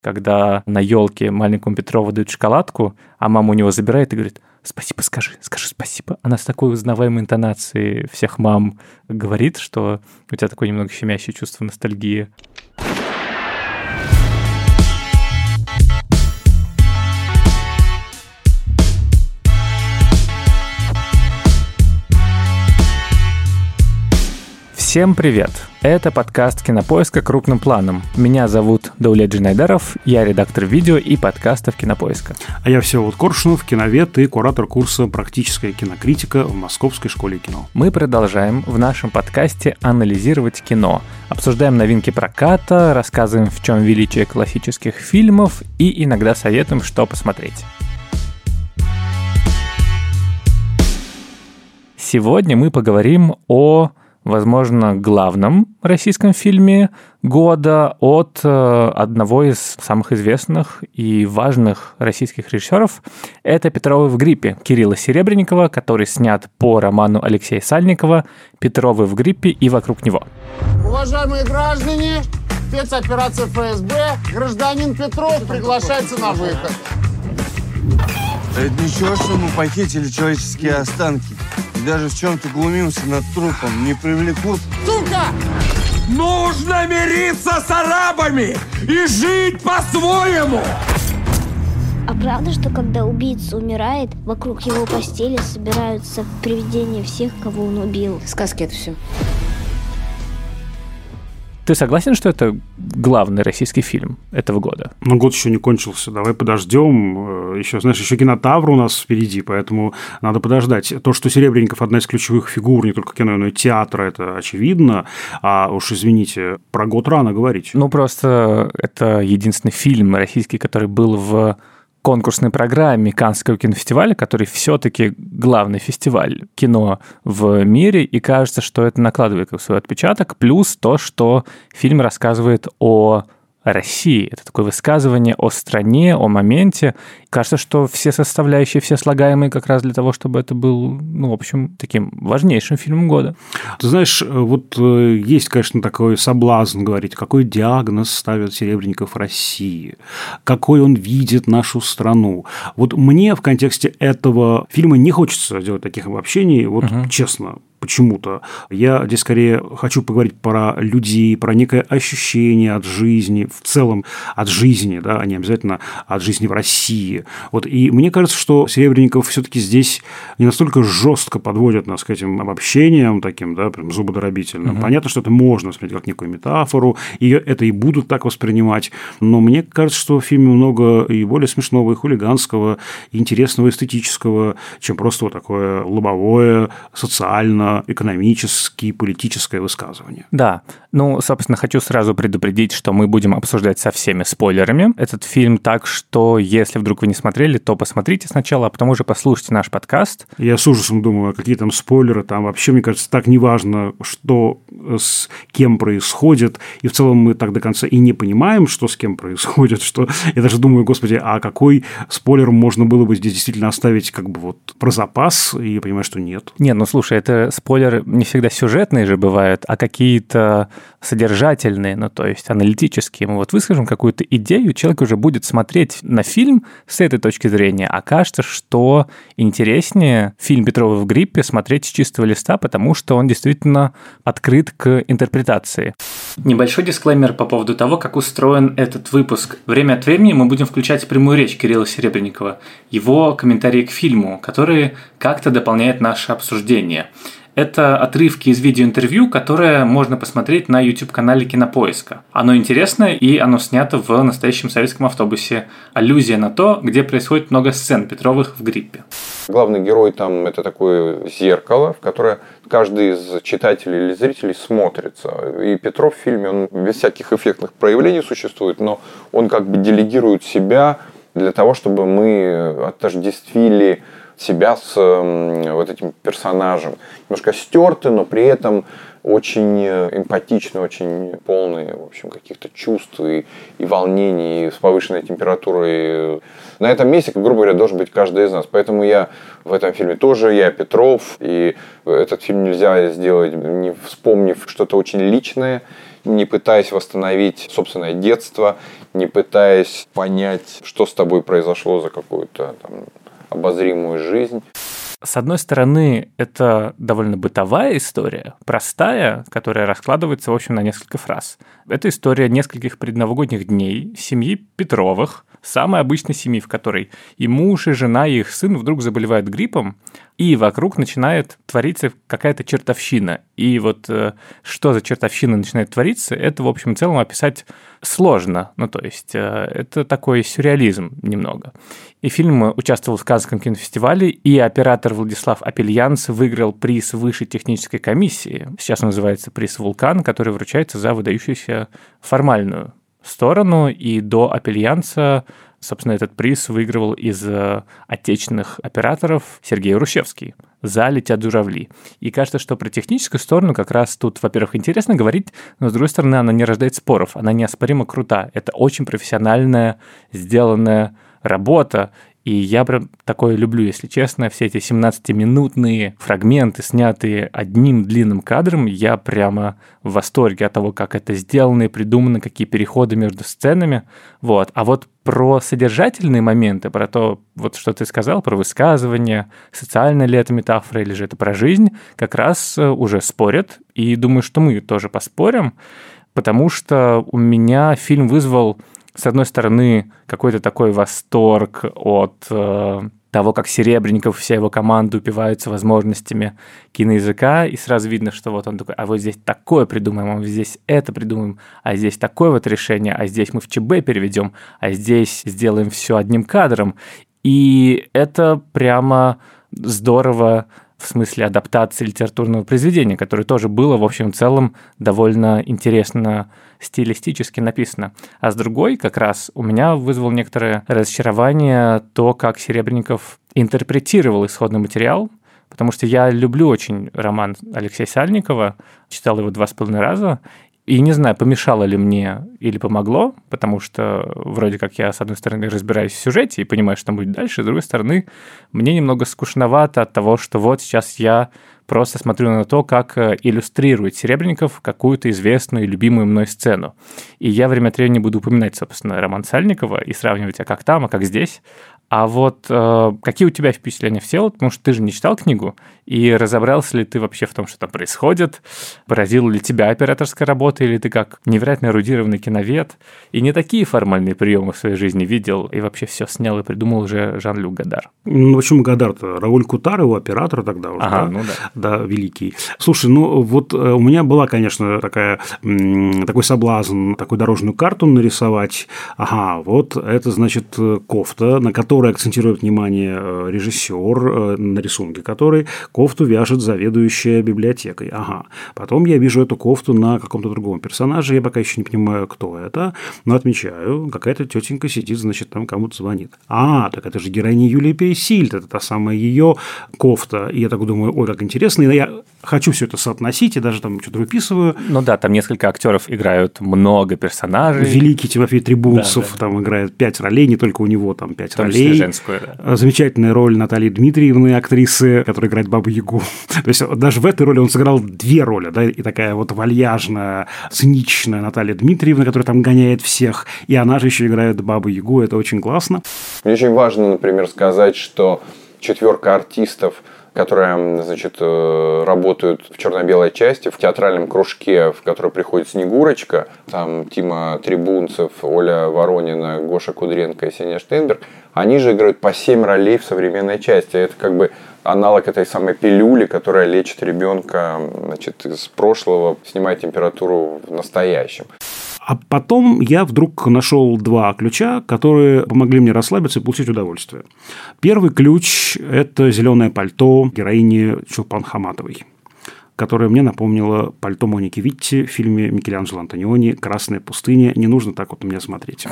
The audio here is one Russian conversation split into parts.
когда на елке маленькому Петрову дают шоколадку, а мама у него забирает и говорит: «Спасибо, скажи спасибо». Она с такой узнаваемой интонацией всех мам говорит, что у тебя такое немного щемящее чувство ностальгии. Всем привет! Это подкаст «Кинопоиска. Крупным планом». Меня зовут Даулет Джинайдаров, я редактор видео и подкастов «Кинопоиска». А я Всеволод Коршунов, киновед и куратор курса «Практическая кинокритика» в Московской школе кино. Мы продолжаем в нашем подкасте анализировать кино. Обсуждаем новинки проката, рассказываем, в чем величие классических фильмов и иногда советуем, что посмотреть. Сегодня мы поговорим о, возможно, главном российском фильме года от одного из самых известных и важных российских режиссеров. Это «Петровы в гриппе» Кирилла Серебренникова, который снят по роману Алексея Сальникова «Петровы в гриппе и вокруг него». Уважаемые граждане, спецоперация ФСБ, гражданин Петров приглашается на выход. Это ничего, что мы похитили человеческие останки. И даже в чем-то глумился над трупом. Не привлекут. Сука! Нужно мириться с арабами и жить по-своему! А правда, что когда убийца умирает, вокруг его постели собираются привидения всех, кого он убил? Сказки это все. Ты согласен, что это главный российский фильм этого года? Но год еще не кончился. Давай подождем. Еще, знаешь, еще «Кинотавр» у нас впереди, поэтому надо подождать. То, что Серебренников одна из ключевых фигур не только кино, но и театра, это очевидно. А уж, извините, про год рано говорить. Ну, просто это единственный фильм российский, который был в конкурсной программе Каннского кинофестиваля, который все-таки главный фестиваль кино в мире, и кажется, что это накладывает свой отпечаток, плюс то, что фильм рассказывает о России. Это такое высказывание о стране, о моменте. Кажется, что все составляющие, все слагаемые как раз для того, чтобы это был, в общем, таким важнейшим фильмом года. Ты знаешь, вот есть, конечно, такой соблазн говорить, какой диагноз ставит Серебренников России, какой он видит нашу страну. Вот мне в контексте этого фильма не хочется делать таких обобщений, честно. Почему-то. Я здесь скорее хочу поговорить про людей, про некое ощущение от жизни, в целом от жизни, да, а не обязательно от жизни в России. Вот. И мне кажется, что Серебренников все-таки здесь не настолько жестко подводит нас к этим обобщениям таким, да, прям зубодробительным. Понятно, что это можно воспринять как некую метафору, и это и будут так воспринимать, но мне кажется, что в фильме много и более смешного, и хулиганского, и интересного, эстетического, чем просто вот такое лобовое, социально экономические, политическое высказывание. Да. Собственно, хочу сразу предупредить, что мы будем обсуждать со всеми спойлерами этот фильм, так что, если вдруг вы не смотрели, то посмотрите сначала, а потом уже послушайте наш подкаст. Я с ужасом думаю, какие там спойлеры, там вообще, мне кажется, так неважно, что с кем происходит, и в целом мы так до конца и не понимаем, что с кем происходит, что я даже думаю, господи, а какой спойлер можно было бы здесь действительно оставить как бы вот про запас, и я понимаю, что нет. Слушай, это спойлеры не всегда сюжетные же бывают, а какие-то содержательные, то есть аналитические. Мы выскажем какую-то идею, человек уже будет смотреть на фильм с этой точки зрения, а кажется, что интереснее фильм «Петровы в гриппе» смотреть с чистого листа, потому что он действительно открыт к интерпретации. Небольшой дисклеймер по поводу того, как устроен этот выпуск. Время от времени мы будем включать прямую речь Кирилла Серебренникова, его комментарии к фильму, которые как-то дополняют наше обсуждение. Это отрывки из видеоинтервью, которое можно посмотреть на YouTube-канале «Кинопоиска». Оно интересное, и оно снято в настоящем советском автобусе. Аллюзия на то, где происходит много сцен Петровых в гриппе. Главный герой там – это такое зеркало, в которое каждый из читателей или зрителей смотрится. И Петров в фильме, он без всяких эффектных проявлений существует, но он как бы делегирует себя для того, чтобы мы отождествили себя с вот этим персонажем. Немножко стертый, но при этом очень эмпатичный, очень полный, в общем, каких-то чувств и волнений, и с повышенной температурой. На этом месте, грубо говоря, должен быть каждый из нас. Поэтому я в этом фильме тоже, я Петров, и этот фильм нельзя сделать, не вспомнив что-то очень личное, не пытаясь восстановить собственное детство, не пытаясь понять, что с тобой произошло за какую-то там обозримую жизнь. С одной стороны, это довольно бытовая история, простая, которая раскладывается, в общем, на несколько фраз. Это история нескольких предновогодних дней семьи Петровых, самой обычной семьи, в которой и муж, и жена, и их сын вдруг заболевают гриппом, и вокруг начинает твориться какая-то чертовщина. И вот что за чертовщина начинает твориться, это, в общем и целом, описать сложно. Ну, то есть, это такой сюрреализм немного. И фильм участвовал в Каннском кинофестивале, и оператор Владислав Апельянц выиграл приз высшей технической комиссии. Сейчас он называется приз «Вулкан», который вручается за выдающуюся формальную сторону, и до Апельянца, собственно, этот приз выигрывал из отечественных операторов Сергей Рущевский за «Летят журавли». И кажется, что про техническую сторону как раз тут, во-первых, интересно говорить, но, с другой стороны, она не рождает споров, она неоспоримо крута. Это очень профессиональная, сделанная работа, и я прям такое люблю, если честно, все эти 17-минутные фрагменты, снятые одним длинным кадром, я прямо в восторге от того, как это сделано и придумано, какие переходы между сценами. Вот. А вот про содержательные моменты, про то, вот что ты сказал, про высказывание, социальная ли это метафора или же это про жизнь, как раз уже спорят, и думаю, что мы тоже поспорим, потому что у меня фильм вызвал, с одной стороны, какой-то такой восторг от того, как Серебренников и вся его команда упиваются возможностями киноязыка, и сразу видно, что вот он такой, а вот здесь такое придумаем, а вот здесь это придумаем, а здесь такое вот решение, а здесь мы в ЧБ переведем, а здесь сделаем все одним кадром. И это прямо здорово в смысле адаптации литературного произведения, которое тоже было, в общем, в целом довольно интересно стилистически написано. А с другой, как раз, у меня вызвало некоторое разочарование то, как Серебренников интерпретировал исходный материал, потому что я люблю очень роман Алексея Сальникова, читал его 2,5 раза, и не знаю, помешало ли мне или помогло, потому что вроде как я, с одной стороны, разбираюсь в сюжете и понимаю, что там будет дальше, с другой стороны, мне немного скучновато от того, что вот сейчас я просто смотрю на то, как иллюстрирует Серебренников какую-то известную и любимую мной сцену. И я время от времени буду упоминать, собственно, роман Сальникова и сравнивать, а как там, а как здесь. А вот какие у тебя впечатления в целом? Потому что ты же не читал книгу, и разобрался ли ты вообще в том, что там происходит? Поразила ли тебя операторская работа, или ты как невероятно эрудированный киновед, и не такие формальные приемы в своей жизни видел, и вообще все снял и придумал уже Жан-Люк Годар? Ну, почему Годар-то? Рауль Кутар, его оператор тогда уже, ага, да? Ну да. Да, великий. Слушай, ну вот у меня была, конечно, такой соблазн, такую дорожную карту нарисовать. Ага, вот это, значит, кофта, на которой акцентирует внимание режиссер, на рисунке которой кофту вяжет заведующая библиотекой. Ага. Потом я вижу эту кофту на каком-то другом персонаже, я пока еще не понимаю, кто это, но отмечаю, какая-то тетенька сидит, значит, там кому-то звонит. А, так это же героиня Юлия Пейсильд, это та самая ее кофта. И я так думаю, ой, как интересно, и я хочу все это соотносить, и даже там что-то выписываю. Ну да, там несколько актеров играют, много персонажей. Великий Тимофей Трибунцев, да. Там играет 5 ролей, не только у него там 5 ролей. Женскую, да. Замечательная роль Натальи Дмитриевны, актрисы, которая играет Бабу-Ягу. То есть даже в этой роли он сыграл 2 роли, да, и такая вот вальяжная, циничная Наталья Дмитриевна, которая там гоняет всех, и она же еще играет Бабу-Ягу, это очень классно. Мне очень важно, например, сказать, что 4 артистов, которые, значит, работают в черно-белой части, в театральном кружке, в который приходит Снегурочка, там Тима Трибунцев, Оля Воронина, Гоша Кудренко и Сеня Штейнберг, они же играют по 7 ролей в современной части. Это как бы аналог этой самой пилюли, которая лечит ребенка, значит, из прошлого, снимает температуру в настоящем. А потом я вдруг нашел 2 ключа, которые помогли мне расслабиться и получить удовольствие. Первый ключ – это зеленое пальто героини Чулпан Хаматовой, которое мне напомнило пальто Моники Витти в фильме Микеланджело Антониони «Красная пустыня». Не нужно так вот на меня смотреть.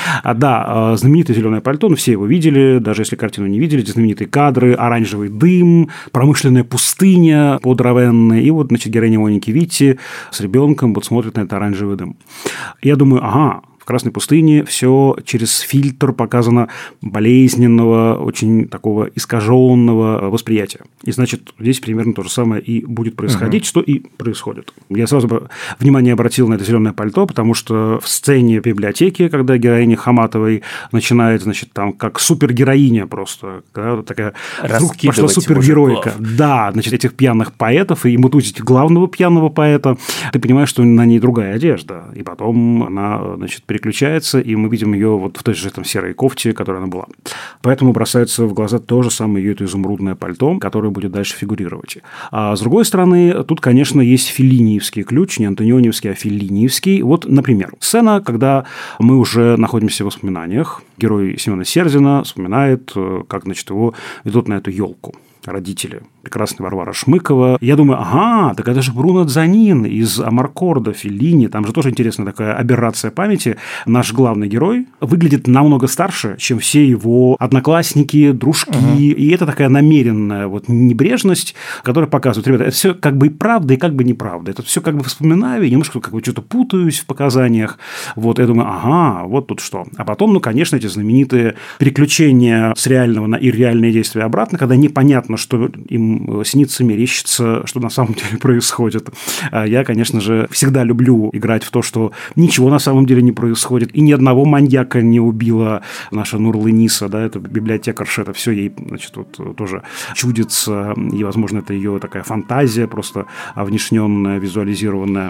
Да, знаменитое зеленое пальто, ну, все его видели, даже если картину не видели, знаменитые кадры, оранжевый дым, промышленная пустыня под Равенной, и вот, значит, героиня Моники Витти с ребенком вот смотрит на этот оранжевый дым. Я думаю, ага, В «Красной пустыне» все через фильтр показано болезненного, очень такого искаженного восприятия. И, значит, здесь примерно то же самое и будет происходить, что и происходит. Я сразу внимание обратил на это зеленое пальто, потому что в сцене библиотеки, когда героиня Хаматовой начинает, значит, там как супергероиня просто, да, такая вдруг пошла супергеройка. Да, значит, этих пьяных поэтов, и мутузить главного пьяного поэта, ты понимаешь, что на ней другая одежда. И потом она, значит, переключается, и мы видим ее вот в той же там серой кофте, которая она была. Поэтому бросается в глаза то же самое ее это изумрудное пальто, которое будет дальше фигурировать. А с другой стороны, тут, конечно, есть феллиниевский ключ, не антониониевский, а феллиниевский. Вот, например, сцена, когда мы уже находимся в воспоминаниях. Герой Семена Серзина вспоминает, как, значит, его ведут на эту елку родители, прекрасная Варвара Шмыкова. Я думаю, ага, так это же Бруно Дзанин из Амаркорда, Феллини. Там же тоже интересная такая аберрация памяти. Наш главный герой выглядит намного старше, чем все его одноклассники, дружки. И это такая намеренная вот небрежность, которая показывает, ребята, это все как бы и правда, и как бы неправда. Это все как бы вспоминаю, и немножко как бы что-то путаюсь в показаниях. Вот, я думаю, ага, вот тут что. А потом, ну, конечно, эти знаменитые переключения с реального на ирреальные действия обратно, когда непонятно, что им снится, мерещится, что на самом деле происходит. Я, конечно же, всегда люблю играть в то, что ничего на самом деле не происходит, и ни одного маньяка не убила наша Нурлы-Ниса, да, это библиотекарша, это все ей, значит, вот тоже чудится, и, возможно, это ее такая фантазия, просто внешненная, визуализированная.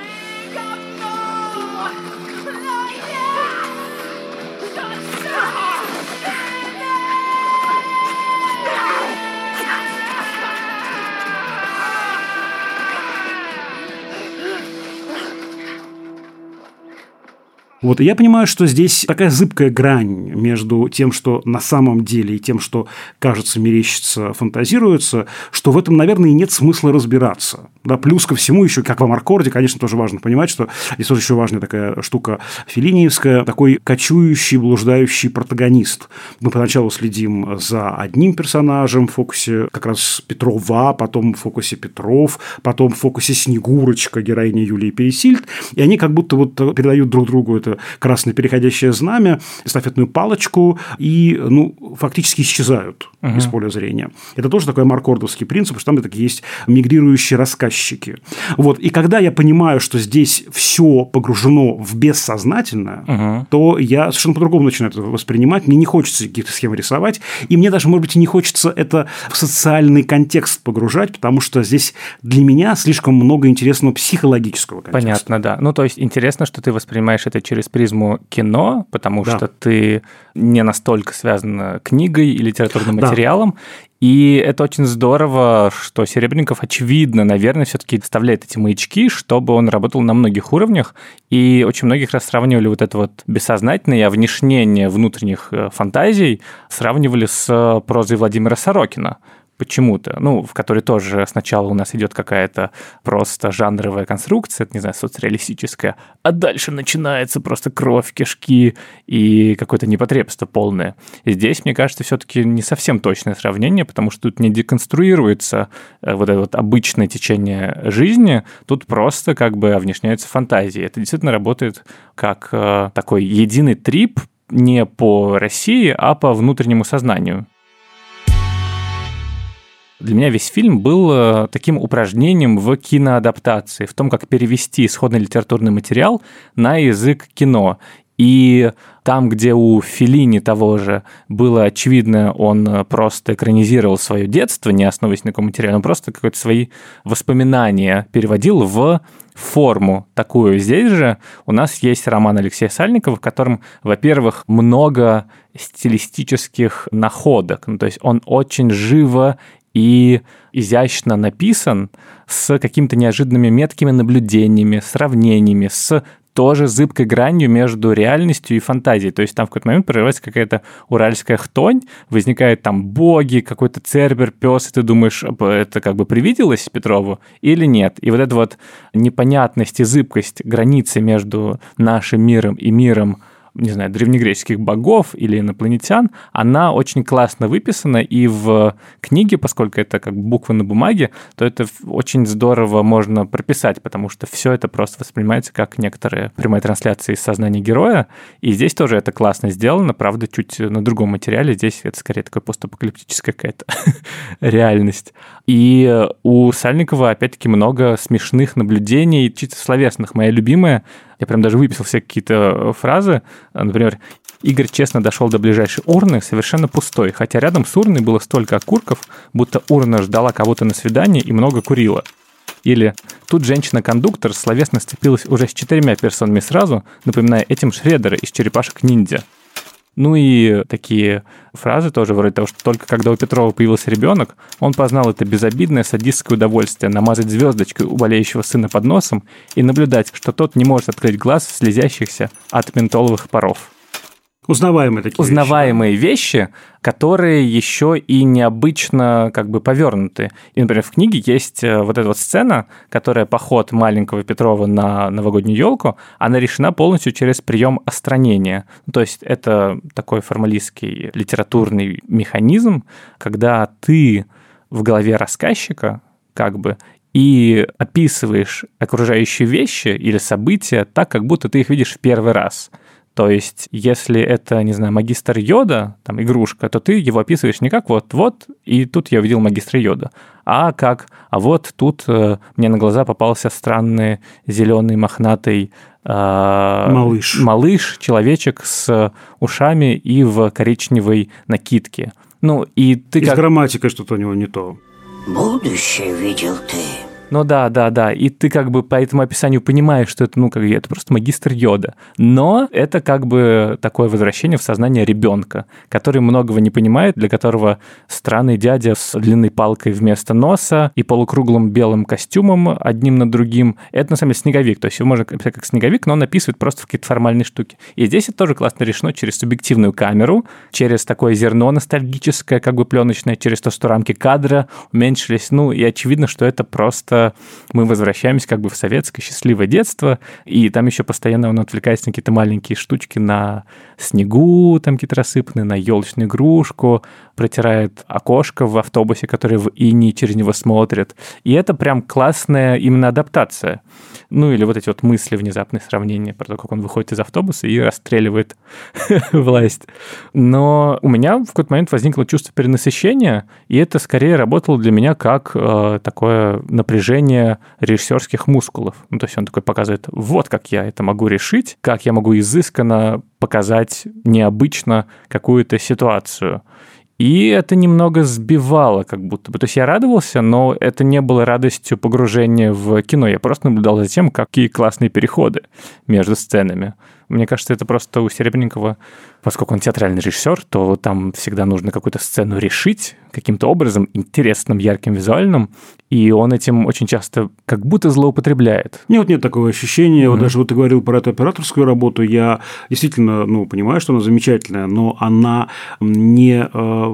Вот, и я понимаю, что здесь такая зыбкая грань между тем, что на самом деле, и тем, что кажется, мерещится, фантазируется, что в этом, наверное, и нет смысла разбираться. Да, плюс ко всему еще, как в Амаркорде, конечно, тоже важно понимать, что здесь тоже еще важная такая штука феллиниевская, такой кочующий, блуждающий протагонист. Мы поначалу следим за одним персонажем в фокусе как раз Петрова, потом в фокусе Петров, потом в фокусе Снегурочка, героиня Юлии Пересильд, и они как будто вот передают друг другу это красное переходящее знамя, эстафетную палочку и, ну, фактически исчезают из поля зрения. Это тоже такой амаркордовский принцип, что там такие есть мигрирующие рассказчики. Вот. И когда я понимаю, что здесь все погружено в бессознательное, то я совершенно по-другому начинаю это воспринимать. Мне не хочется каких-то схем рисовать, и мне даже, может быть, и не хочется это в социальный контекст погружать, потому что здесь для меня слишком много интересного психологического контекста. Понятно, да. Ну, то есть, интересно, что ты воспринимаешь это через призму кино, потому что ты не настолько связан книгой и литературным материалом. И это очень здорово, что Серебренников, очевидно, наверное, все-таки вставляет эти маячки, чтобы он работал на многих уровнях. И очень многих раз сравнивали вот это вот бессознательное овнешнение внутренних фантазий, сравнивали с прозой Владимира Сорокина. Почему-то, ну, в которой тоже сначала у нас идет какая-то просто жанровая конструкция, не знаю, соцреалистическая, а дальше начинается просто кровь, кишки и какое-то непотребство полное. И здесь, мне кажется, все-таки не совсем точное сравнение, потому что тут не деконструируется вот это вот обычное течение жизни, тут просто как бы овнешняются фантазии. Это действительно работает как такой единый трип не по России, а по внутреннему сознанию. Для меня весь фильм был таким упражнением в киноадаптации, в том, как перевести исходный литературный материал на язык кино. И там, где у Феллини того же было очевидно, он просто экранизировал свое детство, не основываясь на каком материале, он просто какие-то свои воспоминания переводил в форму такую. Здесь же у нас есть роман Алексея Сальникова, в котором, во-первых, много стилистических находок. Ну, то есть он очень живо и изящно написан, с какими-то неожиданными меткими наблюдениями, сравнениями, с тоже зыбкой гранью между реальностью и фантазией. То есть там в какой-то момент прорывается какая-то уральская хтонь, возникают там боги, какой-то цербер, пес, и ты думаешь, это как бы привиделось Петрову или нет? И вот эта вот непонятность и зыбкость границы между нашим миром и миром не знаю, древнегреческих богов или инопланетян, она очень классно выписана, и в книге, поскольку это как буквы на бумаге, то это очень здорово можно прописать, потому что все это просто воспринимается как некоторые прямые трансляции из сознания героя, и здесь тоже это классно сделано, правда, чуть на другом материале, здесь это скорее такая постапокалиптическая какая-то реальность. И у Сальникова, опять-таки, много смешных наблюдений, чисто словесных. Моя любимая, я прям даже выписал все какие-то фразы, например, Игорь честно дошел до ближайшей урны, совершенно пустой, хотя рядом с урной было столько окурков, будто урна ждала кого-то на свидание и много курила. Или тут женщина-кондуктор словесно сцепилась уже с 4 персонами сразу, напоминая этим Шреддера из «Черепашек-ниндзя». Ну и такие фразы тоже вроде того, что только когда у Петрова появился ребенок, он познал это безобидное садистское удовольствие намазать звездочкой у болеющего сына под носом и наблюдать, что тот не может открыть глаз, слезящихся от ментоловых паров. Узнаваемые такие Узнаваемые вещи, которые еще и необычно как бы повернуты. И, например, в книге есть вот эта вот сцена, которая поход маленького Петрова на новогоднюю елку, она решена полностью через прием остранения. То есть это такой формалистский литературный механизм, когда ты в голове рассказчика как бы и описываешь окружающие вещи или события так, как будто ты их видишь в первый раз. То есть, если это, не знаю, магистр Йода, там, игрушка, то ты его описываешь не как вот, и тут я увидел магистра Йода, а как, а вот тут мне на глаза попался странный зеленый мохнатый малыш, человечек с ушами и в коричневой накидке. Ну, и ты с грамматикой что-то у него не то. Будущее видел ты. Ну да, и ты как бы по этому описанию понимаешь, что это, это просто магистр Йода. Но это как бы такое возвращение в сознание ребенка, который многого не понимает, для которого странный дядя с длинной палкой вместо носа и полукруглым белым костюмом одним над другим, это на самом деле снеговик. То есть его можно описать как снеговик, но он описывает просто какие-то формальные штуки. И здесь это тоже классно решено через субъективную камеру, через такое зерно ностальгическое, как бы пленочное, через то, что рамки кадра уменьшились. Ну и очевидно, что это просто мы возвращаемся как бы в советское счастливое детство, и там еще постоянно он отвлекается на какие-то маленькие штучки на снегу, там какие-то рассыпанные, на елочную игрушку, протирает окошко в автобусе, который в иней через него смотрит. И это прям классная именно адаптация. Ну или вот эти вот мысли, внезапные сравнения про то, как он выходит из автобуса и расстреливает власть. Но у меня в какой-то момент возникло чувство перенасыщения, и это скорее работало для меня как такое напряжение режиссерских мускулов. Ну, то есть он такой показывает, вот как я это могу решить, как я могу изысканно показать необычно какую-то ситуацию. И это немного сбивало как будто бы. То есть я радовался, но это не было радостью погружения в кино. Я просто наблюдал за тем, какие классные переходы между сценами. Мне кажется, это просто у Серебренникова, поскольку он театральный режиссер, то там всегда нужно какую-то сцену решить каким-то образом, интересным, ярким, визуальным, и он этим очень часто как будто злоупотребляет. Нет такого ощущения. Вот даже ты говорил про эту операторскую работу, я действительно понимаю, что она замечательная, но она не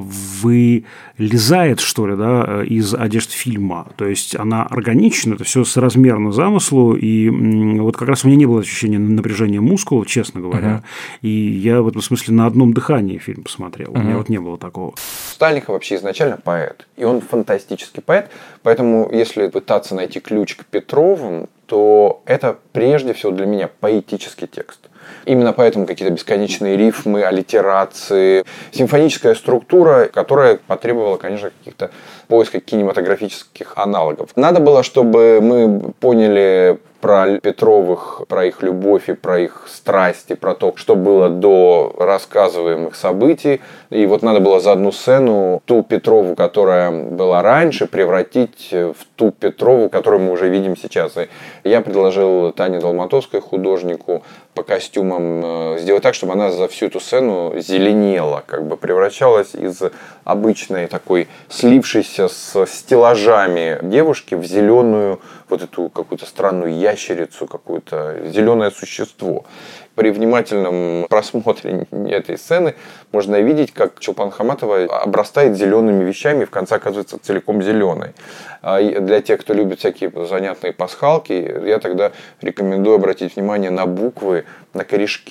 вылезает, что ли, да, из одежд фильма. То есть она органична, это все соразмерно замыслу, и вот как раз у меня не было ощущения напряжения мускулов, честно говоря, и я в этом смысле на одном дыхании фильм посмотрел. У меня вот не было такого. Сальников вообще изначально поэт, и он фантастический поэт, поэтому если пытаться найти ключ к Петровым, то это прежде всего для меня поэтический текст. Именно поэтому какие-то бесконечные рифмы, аллитерации, симфоническая структура, которая потребовала, конечно, каких-то поиска кинематографических аналогов. Надо было, чтобы мы поняли про Петровых, про их любовь и про их страсти, про то, что было до рассказываемых событий. И вот надо было за одну сцену ту Петрову, которая была раньше, превратить в ту Петрову, которую мы уже видим сейчас. И я предложил Тане Долматовской, художнику, по костюмам сделать так, чтобы она за всю эту сцену зеленела, как бы превращалась из обычной такой слившейся с стеллажами девушки в зеленую вот эту какую-то странную ящерицу, какое-то зеленое существо. При внимательном просмотре этой сцены можно видеть, как Чулпан Хаматова обрастает зелеными вещами и в конце оказывается целиком зеленой. Для тех, кто любит всякие занятные пасхалки, я тогда рекомендую обратить внимание на буквы, на корешки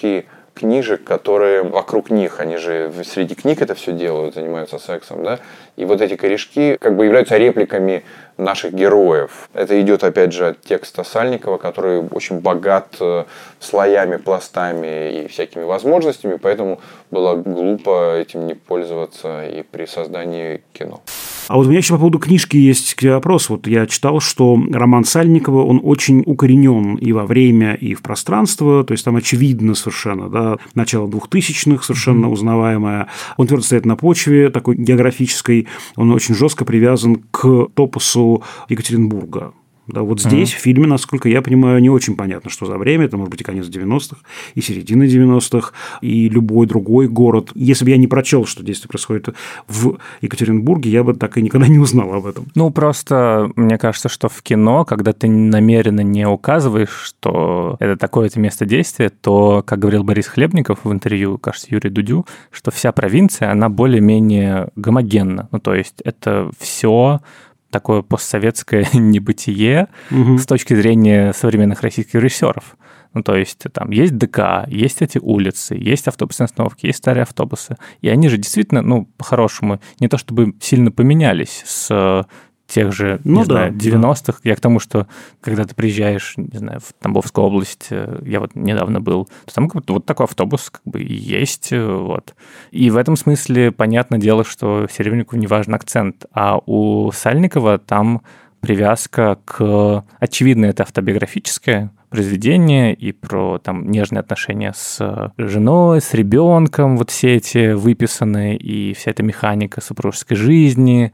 книжек, которые вокруг них, они же среди книг это все делают, занимаются сексом, да, и вот эти корешки как бы являются репликами наших героев. Это идет, опять же, от текста Сальникова, который очень богат слоями, пластами и всякими возможностями, поэтому было глупо этим не пользоваться и при создании кино. А вот у меня еще по поводу книжки есть к тебе вопрос. Вот я читал, что роман Сальникова, он очень укоренен и во время, и в пространство. То есть там очевидно совершенно, да, начало 2000-х, совершенно узнаваемое. Он твердо стоит на почве такой географической. Он очень жестко привязан к топосу Екатеринбурга. Да, вот здесь, в фильме, насколько я понимаю, не очень понятно, что за время. Это может быть и конец 90-х, и середина 90-х, и любой другой город. Если бы я не прочел, что действие происходит в Екатеринбурге, я бы так и никогда не узнал об этом. Ну, просто мне кажется, что в кино, когда ты намеренно не указываешь, что это такое-то место действия, то, как говорил Борис Хлебников в интервью, кажется, Юрию Дудю, что вся провинция, она более-менее гомогенна. Ну, то есть это все такое постсоветское небытие с точки зрения современных российских режиссеров. Ну, то есть там есть ДК, есть эти улицы, есть автобусные остановки, есть старые автобусы. И они же действительно, ну, по-хорошему, не то чтобы сильно поменялись с тех же, не знаю, 90-х. Я к тому, что когда ты приезжаешь, не знаю, в Тамбовскую область, я вот недавно был, то там вот такой автобус как бы есть, вот. И в этом смысле понятное дело, что Серебренникову не важен акцент, а у Сальникова там привязка к... Очевидно, это автобиографическое произведение и про там нежные отношения с женой, с ребенком, вот все эти выписанные, и вся эта механика супружеской жизни,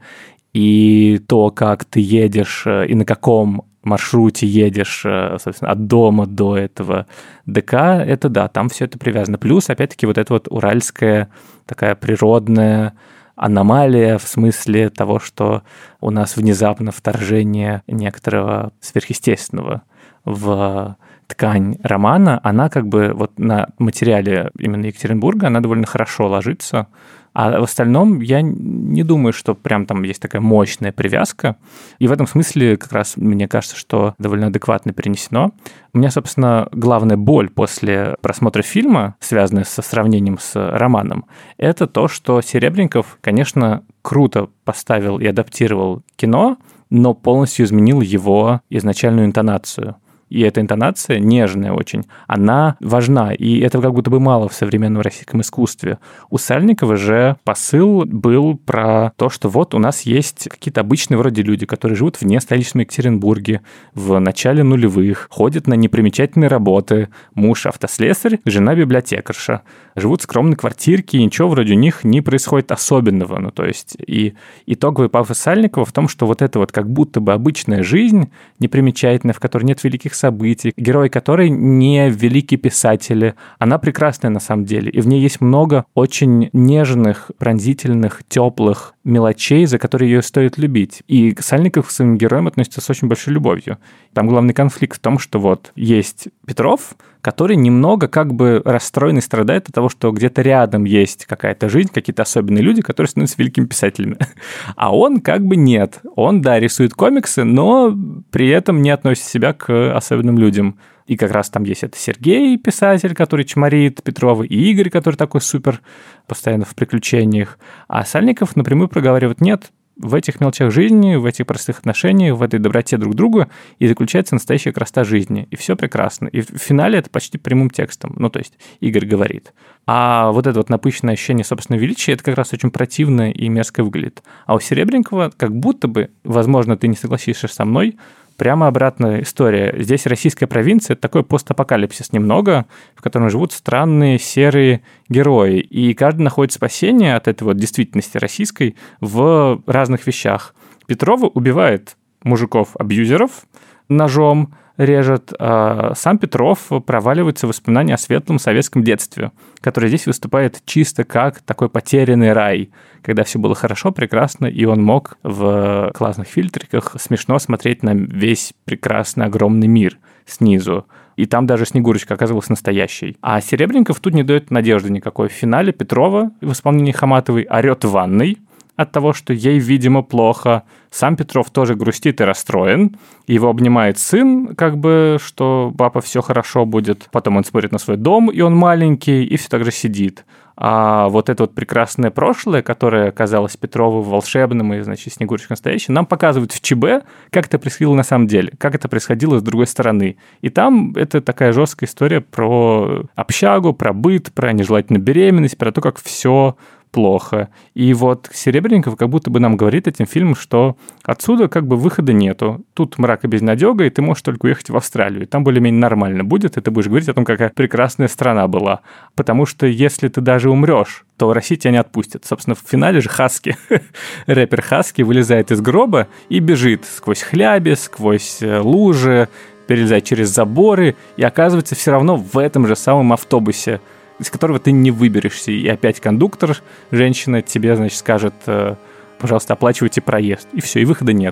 и то, как ты едешь и на каком маршруте едешь, собственно, от дома до этого ДК, это да, там все это привязано. Плюс, опять-таки, вот эта вот уральская такая природная аномалия в смысле того, что у нас внезапно вторжение некоторого сверхъестественного в ткань романа, она как бы вот на материале именно Екатеринбурга, она довольно хорошо ложится. А в остальном я не думаю, что прям там есть такая мощная привязка. И в этом смысле как раз мне кажется, что довольно адекватно перенесено. У меня, собственно, главная боль после просмотра фильма, связанная со сравнением с романом, это то, что Серебренников, конечно, круто поставил и адаптировал кино, но полностью изменил его изначальную интонацию. И эта интонация, нежная очень, она важна, и этого как будто бы мало в современном российском искусстве. У Сальникова же посыл был про то, что вот у нас есть какие-то обычные вроде люди, которые живут вне столичного Екатеринбурге в начале нулевых, ходят на непримечательные работы, муж автослесарь, жена библиотекарша, живут в скромной квартирке, и ничего вроде у них не происходит особенного. Ну, то есть, и итоговый пафос Сальникова в том, что вот это вот как будто бы обычная жизнь, непримечательная, в которой нет великих событий, герои которой не великие писатели, она прекрасная на самом деле, и в ней есть много очень нежных, пронзительных, теплых мелочей, за которые ее стоит любить. И Сальников к своим героям относится с очень большой любовью. Там главный конфликт в том, что вот есть Петров, который немного как бы расстроен и страдает от того, что где-то рядом есть какая-то жизнь, какие-то особенные люди, которые становятся великими писателями. А он как бы нет. Он, да, рисует комиксы, но при этом не относит себя к особенным людям. И как раз там есть это Сергей, писатель, который чморит Петрова, и Игорь, который такой супер, постоянно в приключениях. А Сальников напрямую проговаривает: нет, в этих мелочах жизни, в этих простых отношениях, в этой доброте друг к другу и заключается настоящая красота жизни. И все прекрасно. И в финале это почти прямым текстом. Ну, то есть Игорь говорит. А вот это вот напыщенное ощущение собственного величия, это как раз очень противно и мерзко выглядит. А у Серебренникова как будто бы, возможно, ты не согласишься со мной, прямо обратная история. Здесь российская провинция – это такой постапокалипсис немного, в котором живут странные серые герои. И каждый находит спасение от этой вот действительности российской в разных вещах. Петрова убивает мужиков-абьюзеров ножом, режет, а сам Петров проваливается в воспоминания о светлом советском детстве, которое здесь выступает чисто как такой потерянный рай, когда все было хорошо, прекрасно, и он мог в классных фильтриках смешно смотреть на весь прекрасный огромный мир снизу. И там даже Снегурочка оказывалась настоящей. А Серебренников тут не дает надежды никакой. В финале Петрова в исполнении Хаматовой орет в ванной, от того, что ей, видимо, плохо. Сам Петров тоже грустит и расстроен. Его обнимает сын, как бы, что папа, все хорошо будет. Потом он смотрит на свой дом, и он маленький, и все так же сидит. А вот это вот прекрасное прошлое, которое казалось Петрову волшебным и, значит, Снегурочка настоящей, нам показывают в ЧБ, как это происходило на самом деле, как это происходило с другой стороны. И там это такая жесткая история про общагу, про быт, про нежелательную беременность, про то, как все плохо. И вот Серебренников как будто бы нам говорит этим фильмом, что отсюда как бы выхода нету. Тут мрак и безнадега, и ты можешь только уехать в Австралию. И там более-менее нормально будет, и ты будешь говорить о том, какая прекрасная страна была. Потому что если ты даже умрешь, то Россия тебя не отпустит. Собственно, в финале же Хаски, рэпер Хаски, вылезает из гроба и бежит сквозь хляби, сквозь лужи, перелезает через заборы, и оказывается все равно в этом же самом автобусе, из которого ты не выберешься. И опять кондуктор, женщина, тебе, значит, скажет: пожалуйста, оплачивайте проезд. И все, и выхода нет.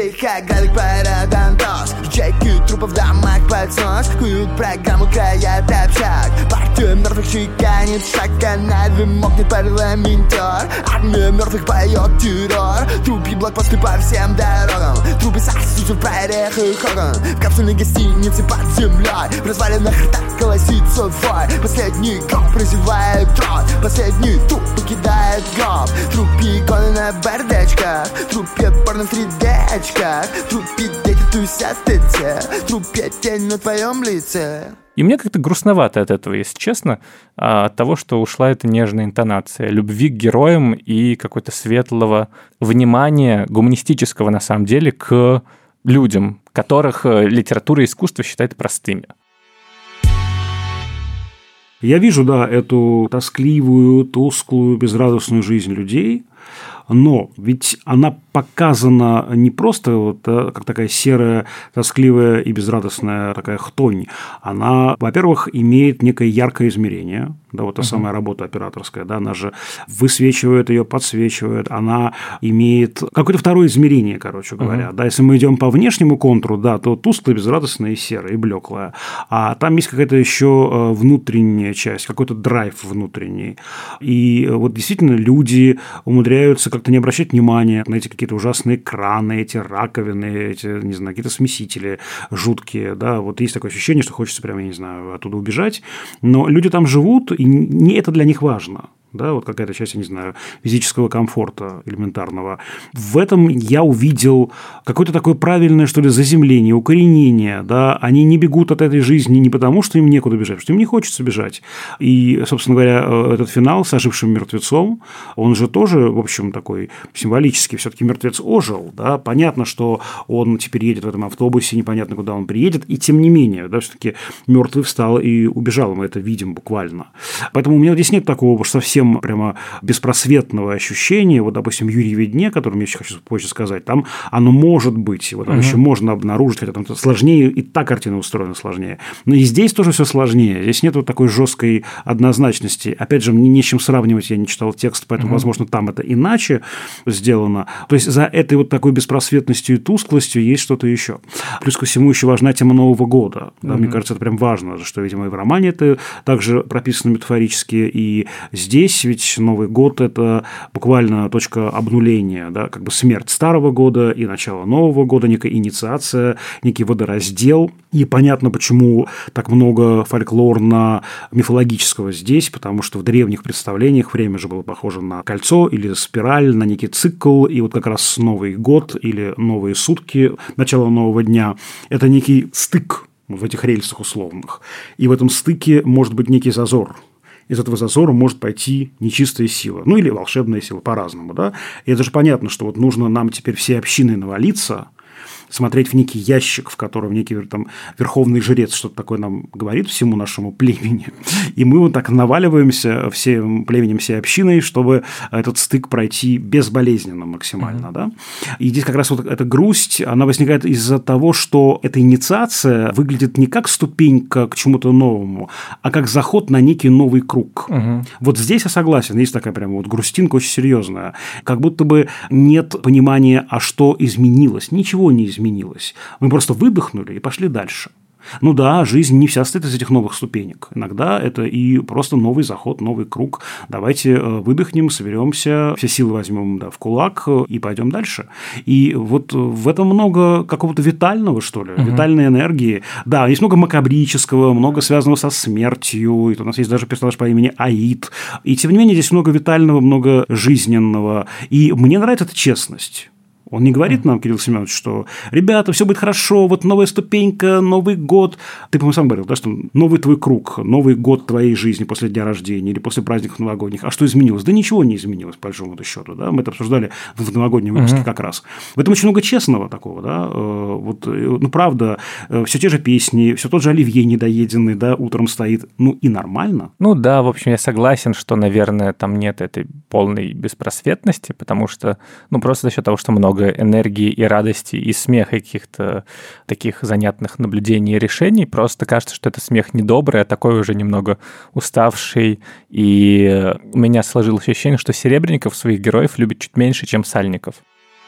Трупов в домах под снос, куют программу «Краят общак». Партия мертвых чеканит шаг, канаве мокнет парламентер. Армия мертвых поет террор, трупи блокпосты по всем дорогам. Трупы сосутся в прорехах окон, в капсульной гостинице под землей. В развалинах рта колосится вой, последний гроб прозевает трон, последний труп покидает гроб. Трупи иконы на бардачках, трупе порно в 3D-очках, трупе дети тусят в ТЦ, трупе тень на твоем лице. И мне как-то грустновато от этого, если честно, от того, что ушла эта нежная интонация любви к героям и какой-то светлого внимания, гуманистического на самом деле, к людям, которых литература и искусство считают простыми. Я вижу, да, эту тоскливую, тусклую, безрадостную жизнь людей, но ведь она показана не просто вот, как такая серая, тоскливая и безрадостная такая хтонь. Она, во-первых, имеет некое яркое измерение, да, вот та самая работа операторская, да, она же высвечивает ее, подсвечивает, она имеет какое-то второе измерение, короче говоря. Да, если мы идем по внешнему контуру, да, то тусклая, безрадостная и серая, и блеклая. А там есть какая-то еще внутренняя часть, какой-то драйв внутренний. И вот действительно люди умудряются как-то не обращать внимания на эти какие-то ужасные краны, эти раковины, эти, не знаю, какие-то смесители жуткие, да, вот есть такое ощущение, что хочется прямо, я не знаю, оттуда убежать, но люди там живут, и не это для них важно. Да, вот какая-то часть, я не знаю, физического комфорта элементарного. В этом я увидел какое-то такое правильное, что ли, заземление, укоренение. Да? Они не бегут от этой жизни не потому, что им некуда бежать, потому что им не хочется бежать. И, собственно говоря, этот финал с ожившим мертвецом, он же тоже, в общем, такой символический. Все-таки мертвец ожил. Да? Понятно, что он теперь едет в этом автобусе, непонятно, куда он приедет. И тем не менее, да, все-таки мертвый встал и убежал. Мы это видим буквально. Поэтому у меня здесь нет такого совсем прямо беспросветного ощущения. Вот, допустим, «Юрьеве дне», о котором я еще хочу позже сказать, там оно может быть, его там еще можно обнаружить, хотя там сложнее, и та картина устроена сложнее. Но и здесь тоже все сложнее. Здесь нет вот такой жесткой однозначности. Опять же, мне не с чем сравнивать, я не читал текст, поэтому, возможно, там это иначе сделано. То есть за этой вот такой беспросветностью и тусклостью есть что-то еще. Плюс ко всему еще важна тема Нового года. Да, мне кажется, это прям важно, что, видимо, и в романе это также прописано метафорически, и здесь ведь Новый год – это буквально точка обнуления, да, как бы смерть старого года и начало Нового года, некая инициация, некий водораздел. И понятно, почему так много фольклорно-мифологического здесь, потому что в древних представлениях время же было похоже на кольцо или спираль, на некий цикл, и вот как раз Новый год или новые сутки, начало нового дня – это некий стык в этих рельсах условных. И в этом стыке может быть некий зазор. Из этого зазора может пойти нечистая сила, ну или волшебная сила, по-разному, да. И это же понятно, что вот нужно нам теперь всей общиной навалиться, смотреть в некий ящик, в котором некий там верховный жрец что-то такое нам говорит всему нашему племени. И мы вот так наваливаемся всем племенем, всей общиной, чтобы этот стык пройти безболезненно максимально. Да? И здесь как раз вот эта грусть, она возникает из-за того, что эта инициация выглядит не как ступенька к чему-то новому, а как заход на некий новый круг. Вот здесь я согласен, есть такая прямо вот грустинка очень серьезная. Как будто бы нет понимания, а что изменилось. Ничего не изменилось. Мы просто выдохнули и пошли дальше. Ну да, жизнь не вся состоит из этих новых ступенек. Иногда это и просто новый заход, новый круг. Давайте выдохнем, соберемся, все силы возьмем в кулак и пойдем дальше. И вот в этом много какого-то витального, что ли, витальной энергии. Да, есть много макабрического, много связанного со смертью. И у нас есть даже персонаж по имени Аид. И тем не менее здесь много витального, много жизненного. И мне нравится эта честность. Он не говорит нам, Кирилл Семенович, что ребята, все будет хорошо, вот новая ступенька, Новый год. Ты, по-моему, сам говорил, да, что новый твой круг, Новый год твоей жизни после дня рождения или после праздников новогодних. А что изменилось? Да ничего не изменилось, по большому счету. Да? Мы это обсуждали в новогоднем выпуске как раз. В этом очень много честного такого. Да? Вот, ну, правда, все те же песни, все тот же оливье недоеденный, да, утром стоит. Ну, и нормально. Ну да, в общем, я согласен, что, наверное, там нет этой полной беспросветности, потому что, ну, просто за счет того, что много энергии и радости, и смеха, и каких-то таких занятных наблюдений и решений. Просто кажется, что это смех недобрый, а такой уже немного уставший. И у меня сложилось ощущение, что Серебренников своих героев любит чуть меньше, чем Сальников.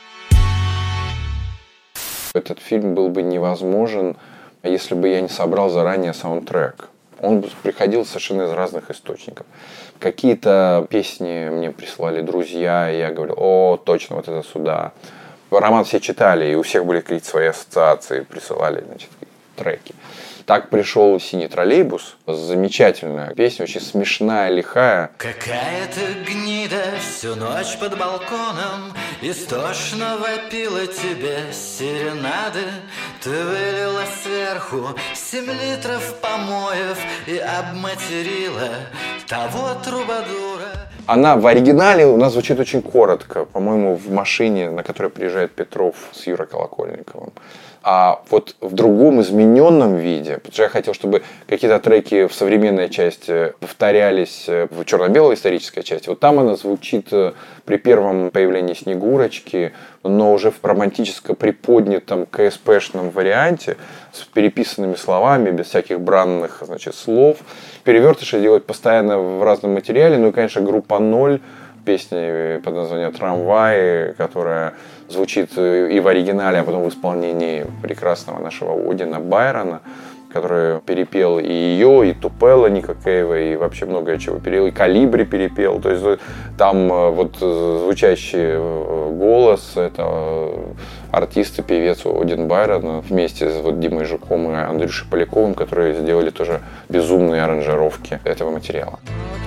Этот фильм был бы невозможен, если бы я не собрал заранее саундтрек. Он приходил совершенно из разных источников. Какие-то песни мне прислали друзья, и я говорил: о, точно, вот это сюда. Роман все читали, и у всех были какие-то свои ассоциации, присылали, значит, треки. Так пришел «Синий троллейбус». Замечательная песня, очень смешная, лихая. Какая-то гнида всю ночь под балконом истошно вопила тебе серенады. Ты вылила сверху 7 литров помоев и обматерила того трубадура. Она в оригинале у нас звучит очень коротко, по-моему, в машине, на которой приезжает Петров с Юрой Колокольниковым. А вот в другом измененном виде, потому что я хотел, чтобы какие-то треки в современной части повторялись в черно-белой исторической части. Вот там она звучит при первом появлении Снегурочки, но уже в романтическо приподнятом КСПшном варианте с переписанными словами, без всяких бранных, значит, слов. Перевертыши делают постоянно в разном материале. Ну и, конечно, группа «Ноль», песня под названием «Трамвай», которая звучит и в оригинале, а потом в исполнении прекрасного нашего Одина Байрона, который перепел и ее, и Тупелла Ника Кейва, и вообще многое чего перепел, и Калибри перепел. То есть там вот звучащий голос, это артист и певец Один Байрон вместе с вот Димой Жуком и Андрюшей Поляковым, которые сделали тоже безумные аранжировки этого материала.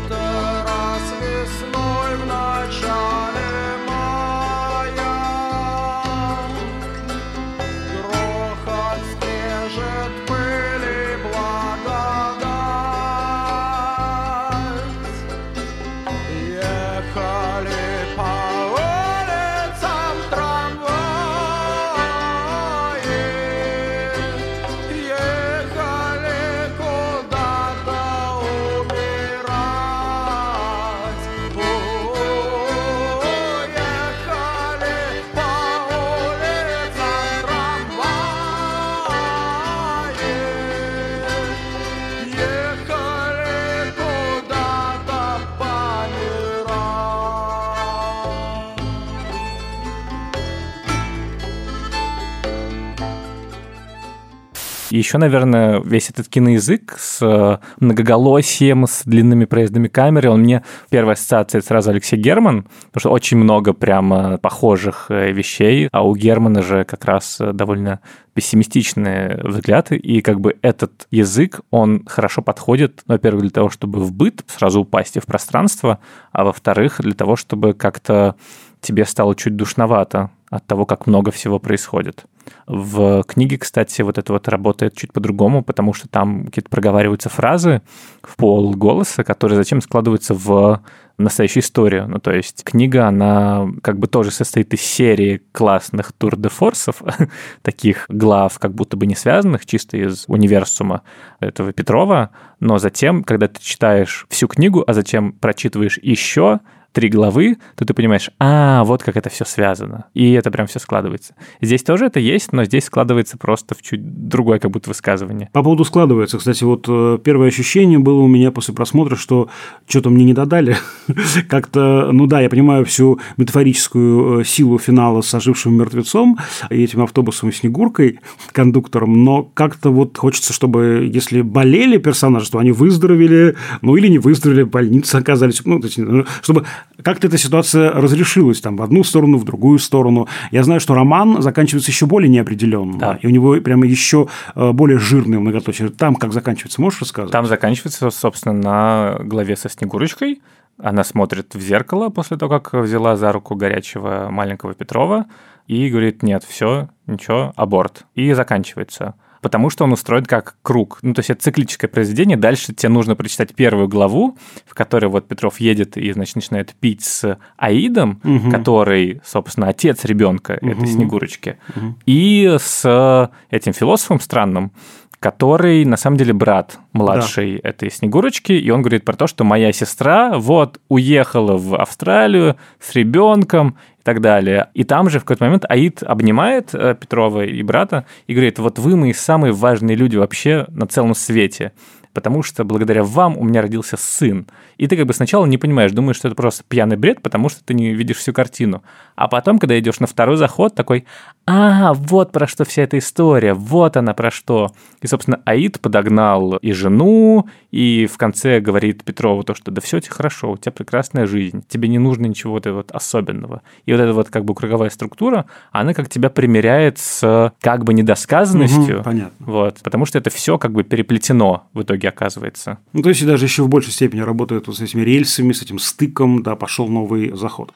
И еще, наверное, весь этот киноязык с многоголосием, с длинными проездами камеры, он мне первая ассоциация сразу Алексей Герман, потому что очень много прямо похожих вещей, а у Германа же как раз довольно пессимистичные взгляды, и как бы этот язык, он хорошо подходит, во-первых, для того, чтобы в быт сразу упасть и в пространство, а во-вторых, для того, чтобы как-то тебе стало чуть душновато от того, как много всего происходит. В книге, кстати, вот это вот работает чуть по-другому, потому что там какие-то проговариваются фразы в полголоса, которые затем складываются в настоящую историю. Ну, то есть книга, она как бы тоже состоит из серии классных тур-де-форсов, таких глав, как будто бы не связанных, чисто из универсума этого Петрова, но затем, когда ты читаешь всю книгу, а затем прочитываешь еще 3 главы, то ты понимаешь, вот как это все связано. И это прям все складывается. Здесь тоже это есть, но здесь складывается просто в чуть другое как будто высказывание. По поводу складывается, кстати, вот первое ощущение было у меня после просмотра, что что-то мне не додали. Как-то, я понимаю всю метафорическую силу финала с ожившим мертвецом и этим автобусом и Снегуркой, кондуктором, но как-то вот хочется, чтобы, если болели персонажи, то они выздоровели, или не выздоровели, в больнице оказались, чтобы как-то эта ситуация разрешилась там в одну сторону, в другую сторону. Я знаю, что роман заканчивается еще более неопределенно, да. И у него прямо еще более жирные многоточие. Там как заканчивается, можешь рассказать? Там заканчивается, собственно, на главе со Снегурочкой. Она смотрит в зеркало после того, как взяла за руку горячего маленького Петрова и говорит: нет, все, ничего, аборт. И заканчивается. Потому что он устроен как круг. То есть это циклическое произведение. Дальше тебе нужно прочитать первую главу, в которой вот Петров едет и, начинает пить с Аидом, который, собственно, отец ребенка этой Снегурочки, и с этим философом странным, который, на самом деле, брат младшей этой Снегурочки, и он говорит про то, что моя сестра уехала в Австралию с ребенком и так далее. И там же в какой-то момент Аид обнимает Петрова и брата и говорит: вот вы мои самые важные люди вообще на целом свете, потому что благодаря вам у меня родился сын. И ты сначала не понимаешь, думаешь, что это просто пьяный бред, потому что ты не видишь всю картину. А потом, когда идешь на второй заход, такой: вот про что вся эта история, вот она про что. И, собственно, Аид подогнал и жену, и в конце говорит Петрову то, что да все тебе хорошо, у тебя прекрасная жизнь, тебе не нужно ничего особенного. И вот эта круговая структура, она тебя примиряет с недосказанностью. Понятно. Потому что это все переплетено в итоге оказывается. То есть даже еще в большей степени работает с этими рельсами, с этим стыком, пошел новый заход.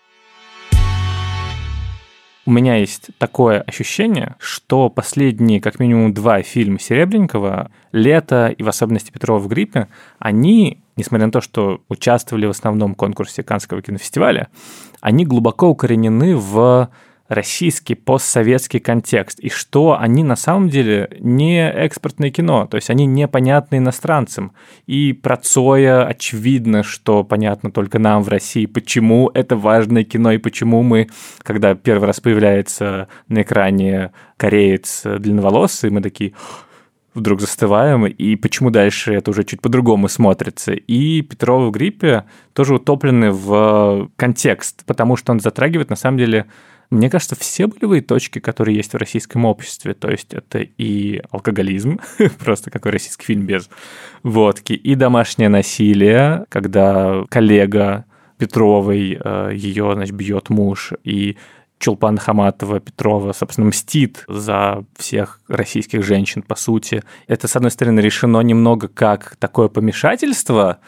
У меня есть такое ощущение, что последние как минимум 2 фильма Серебренникова, «Лето» и в особенности «Петрова в гриппе», они, несмотря на то, что участвовали в основном конкурсе Каннского кинофестиваля, они глубоко укоренены в российский постсоветский контекст, и что они на самом деле не экспортное кино, то есть они непонятны иностранцам. И про Цоя очевидно, что понятно только нам в России, почему это важное кино, и почему мы, когда первый раз появляется на экране кореец длинноволосый, мы такие вдруг застываем, и почему дальше это уже чуть по-другому смотрится. И Петрова в гриппе тоже утоплены в контекст, потому что он затрагивает, на самом деле, мне кажется, все болевые точки, которые есть в российском обществе, то есть это и алкоголизм, просто какой российский фильм без водки, и домашнее насилие, когда коллега Петровой ее, бьет муж, и Чулпан Хаматова Петрова, собственно, мстит за всех российских женщин, по сути. Это, с одной стороны, решено немного как такое помешательство,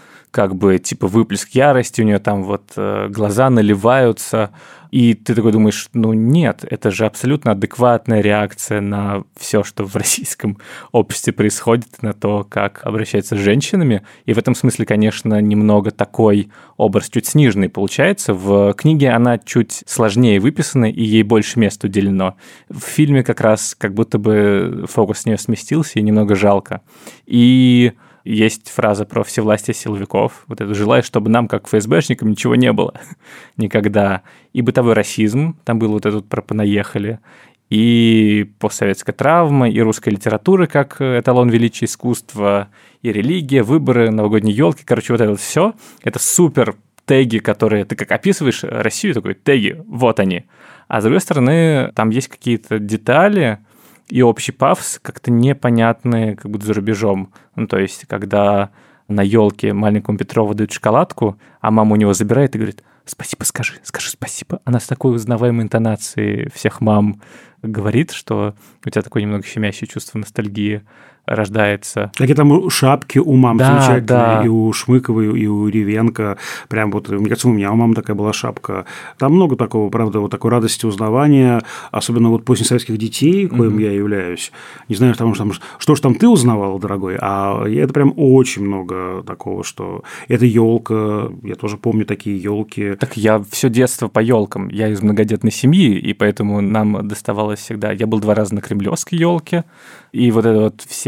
выплеск ярости, у нее там глаза наливаются, и ты такой думаешь, нет, это же абсолютно адекватная реакция на все, что в российском обществе происходит, на то, как обращаются с женщинами, и в этом смысле, конечно, немного такой образ чуть сниженный получается. В книге она чуть сложнее выписана, и ей больше места уделено. В фильме как раз как будто бы фокус с нее сместился, и немного жалко. И есть фраза про всевластие силовиков. «Желаю, чтобы нам, как ФСБшникам, ничего не было. Никогда». И бытовой расизм. Там был про «понаехали». И постсоветская травма, и русская литература как эталон величия искусства, и религия, выборы, новогодние елки. это все. Это супер теги, которые ты как описываешь Россию, такой теги, вот они. А с другой стороны, там есть какие-то детали, и общий пафос как-то непонятные, как будто за рубежом. То есть, когда на елке маленькому Петрову дают шоколадку, а мама у него забирает и говорит: спасибо, скажи спасибо. Она с такой узнаваемой интонацией всех мам говорит, что у тебя такое немного щемящее чувство ностальгии рождается. Такие там шапки у мам замечательные, да. И у Шмыковой, и у Ревенко. Прям мне кажется, у меня у мамы такая была шапка. Там много такого, правда, такой радости узнавания, особенно позднесоветских детей, коим я являюсь. Не знаю, что ж там ты узнавал, дорогой, а это прям очень много такого, что это елка, я тоже помню такие елки. Так я все детство по елкам. Я из многодетной семьи, и поэтому нам доставалось всегда. Я был 2 раза на кремлевской елке, и это все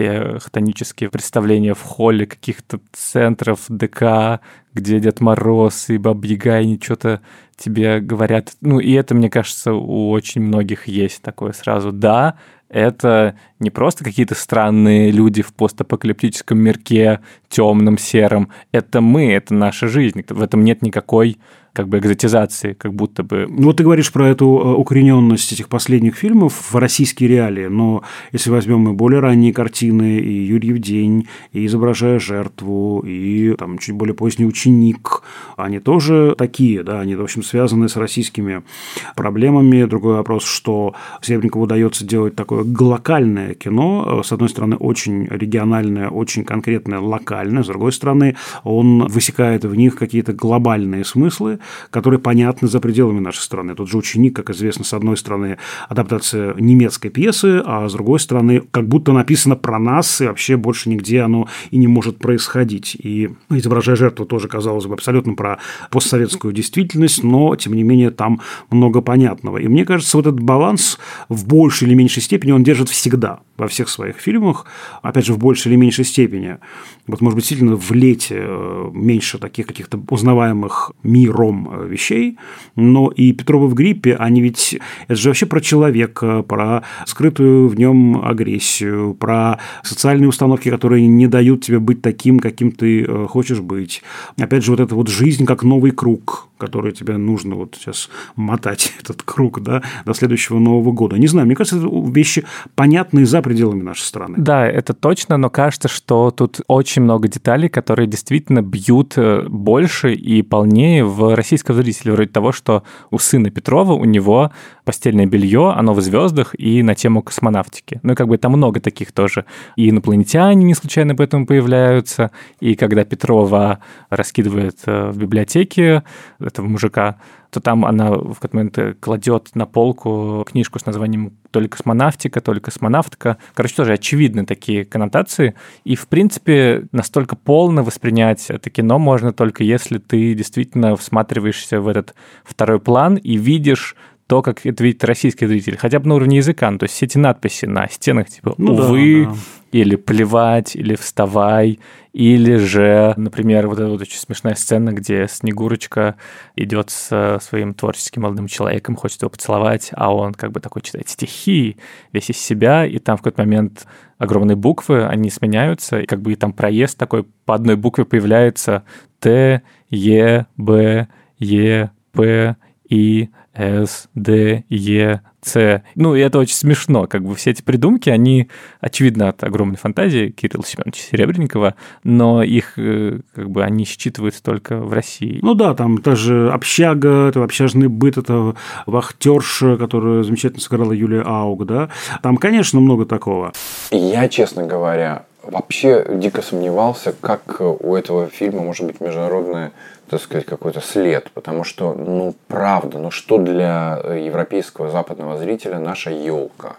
все хтонические представления в холле каких-то центров ДК, где Дед Мороз и Баба-Яга, они что-то тебе говорят. Ну, и это, мне кажется, у очень многих есть такое сразу. Да, это не просто какие-то странные люди в постапокалиптическом мирке, темном, сером. Это мы, это наша жизнь. В этом нет никакой экзотизации, как будто бы. Ну, вот ты говоришь про эту укорененность этих последних фильмов в российские реалии, но если возьмем и более ранние картины, и «Юрьев день», и «Изображая жертву», и там чуть более поздний «Ученик», они тоже такие, да, они, в общем, связаны с российскими проблемами. Другой вопрос, что Серебренникову удается делать такое локальное кино, с одной стороны, очень региональное, очень конкретное, локальное, с другой стороны, он высекает в них какие-то глобальные смыслы, которые понятны за пределами нашей страны. Тот же «Ученик», как известно, с одной стороны, адаптация немецкой пьесы, а с другой стороны, как будто написано про нас, и вообще больше нигде оно и не может происходить. И «Изображая жертву» тоже, казалось бы, абсолютно про постсоветскую действительность, но, тем не менее, там много понятного. И мне кажется, вот этот баланс в большей или меньшей степени он держит всегда во всех своих фильмах, опять же, в большей или меньшей степени. Вот, может быть, сильно в «Лете» меньше таких каких-то узнаваемых миром вещей, но и «Петрова в гриппе», они ведь, это же вообще про человека, про скрытую в нем агрессию, про социальные установки, которые не дают тебе быть таким, каким ты хочешь быть. Опять же, вот эта вот жизнь как новый круг, который тебе нужно вот сейчас мотать, этот круг, да, до следующего Нового года. Не знаю, мне кажется, это вещи понятные за пределами нашей страны. Да, это точно, но кажется, что тут очень много деталей, которые действительно бьют больше и полнее в российского зрителя, вроде того, что у сына Петрова, у него постельное белье, оно в звездах и на тему космонавтики. Ну, и там много таких тоже. И инопланетяне не случайно поэтому появляются, и когда Петрова раскидывает в библиотеке этого мужика, то там она в какой-то момент кладет на полку книжку с названием то ли «Космонавтика», то ли «Космонавтка». Короче, тоже очевидны такие коннотации. И, в принципе, настолько полно воспринять это кино можно только если ты действительно всматриваешься в этот второй план и видишь то, как это видит российский зритель, хотя бы на уровне языка. Ну, то есть все эти надписи на стенах, типа «Увы», да. Или «Плевать», или «Вставай», или же, например, вот эта вот очень смешная сцена, где Снегурочка идет со своим творческим молодым человеком, хочет его поцеловать, а он такой читает стихи, весь из себя, и там в какой-то момент огромные буквы, они сменяются, и и там проезд такой, по одной букве появляется Т, Е, Б, Е, П, И, С, Д, Е, С. Ну, и это очень смешно. Все эти придумки, они, очевидно, от огромной фантазии Кирилла Семеновича Серебренникова, но их, они считываются только в России. Ну да, там та же общага, это общажный быт, это вахтерша, которую замечательно сыграла Юлия Ауг, да. Там, конечно, много такого. Я, честно говоря, вообще дико сомневался, как у этого фильма может быть международная, так сказать, какой-то след, потому что, правда, что для европейского западного зрителя наша елка?